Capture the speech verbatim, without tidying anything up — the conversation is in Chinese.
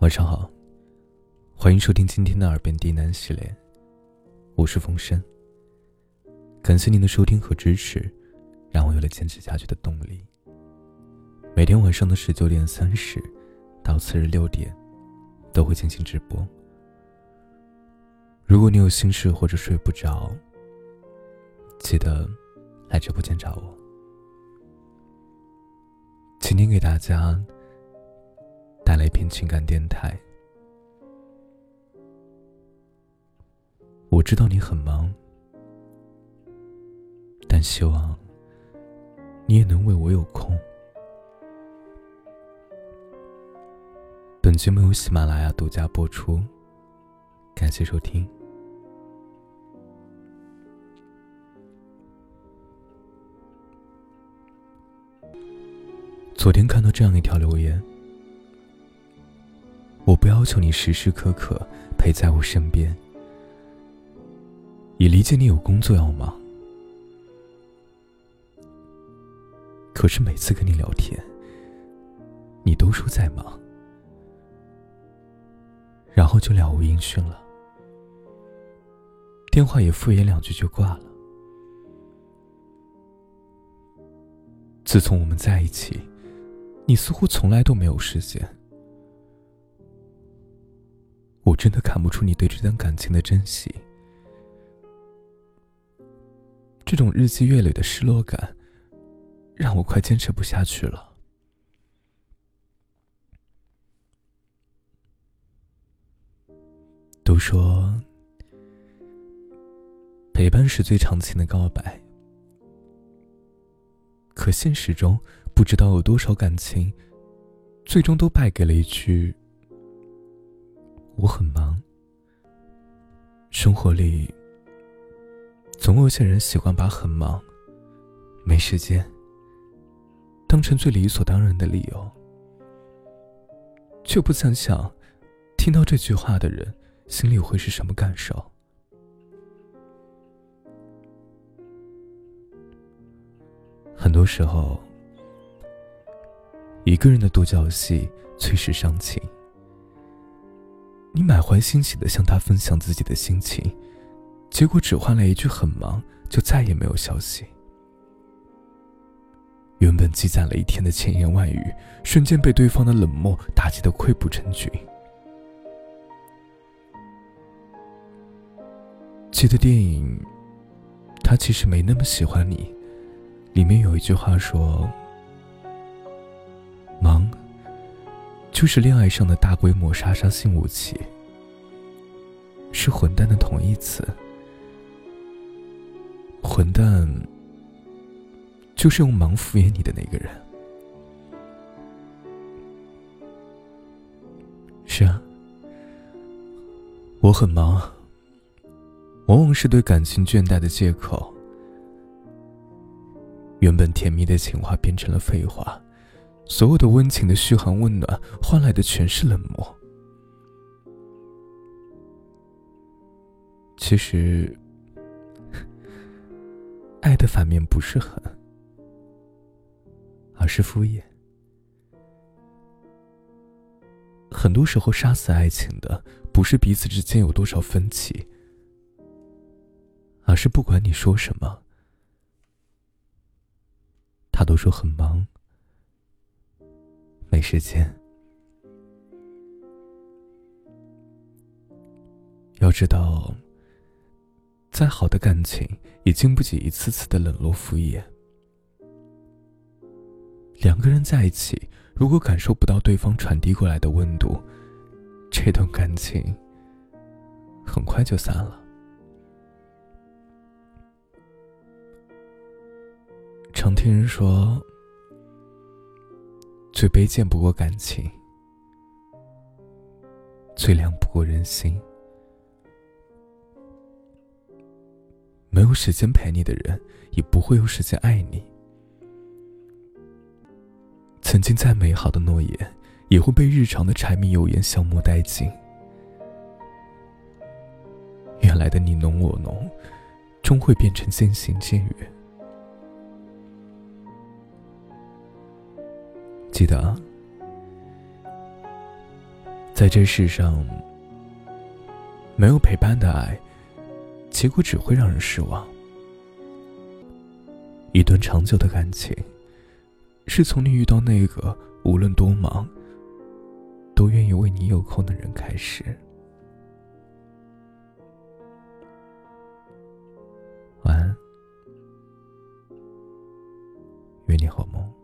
晚上好，欢迎收听今天的耳边低喃系列，我是冯生。感谢您的收听和支持，让我有了坚持下去的动力。每天晚上的十九点三十到次日六点都会进行直播。如果你有心事或者睡不着，记得来直播间找我。今天给大家带来一篇情感电台。我知道你很忙，但希望你也能为我有空。本节目由喜马拉雅独家播出，感谢收听。昨天看到这样一条留言：我不要求你时时刻刻陪在我身边，也理解你有工作要忙，可是每次跟你聊天，你都说在忙，然后就了无音讯了，电话也敷衍两句就挂了。自从我们在一起，你似乎从来都没有时间。我真的看不出你对这段感情的珍惜，这种日积月累的失落感让我快坚持不下去了。都说陪伴是最长情的告白，可现实中不知道有多少感情最终都败给了一句我很忙。生活里总有些人喜欢把很忙、没时间当成最理所当然的理由，却不曾想听到这句话的人心里会是什么感受。很多时候，一个人的独角戏最是伤情。你满怀欣喜地向他分享自己的心情，结果只换来一句很忙，就再也没有消息。原本积攒了一天的千言万语，瞬间被对方的冷漠打击得溃不成军。记得电影《他其实没那么喜欢你》里面有一句话说，忙就是恋爱上的大规模杀伤性武器，是混蛋的同义词。混蛋就是用忙敷衍你的那个人。是啊，我很忙，往往是对感情倦怠的借口。原本甜蜜的情话变成了废话，所有的温情的嘘寒问暖换来的全是冷漠。其实爱的反面不是恨，而是敷衍。很多时候杀死爱情的不是彼此之间有多少分歧，而是不管你说什么，他都说很忙，没时间。要知道，再好的感情也经不起一次次的冷落敷衍。两个人在一起，如果感受不到对方传递过来的温度，这段感情很快就散了。常听人说，最卑贱不过感情，最凉不过人心。没有时间陪你的人，也不会有时间爱你。曾经再美好的诺言，也会被日常的柴米油盐消磨殆尽。原来的你侬我侬，终会变成渐行渐远。记得啊， 在这世上，没有陪伴的爱，结果只会让人失望。一段长久的感情，是从你遇到那个无论多忙，都愿意为你有空的人开始。晚安，愿你好梦。